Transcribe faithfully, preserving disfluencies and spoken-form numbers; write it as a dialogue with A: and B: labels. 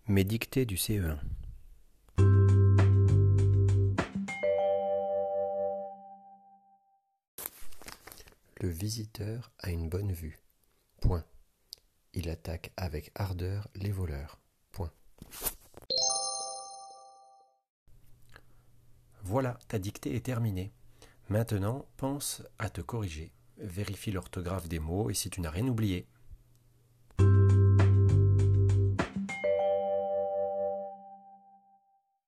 A: Mes dictées du C E un. Le visiteur a une bonne vue. Point. Il attaque avec ardeur les voleurs. Point. Voilà, ta dictée est terminée. Maintenant, pense à te corriger. Vérifie l'orthographe des mots et si tu n'as rien oublié.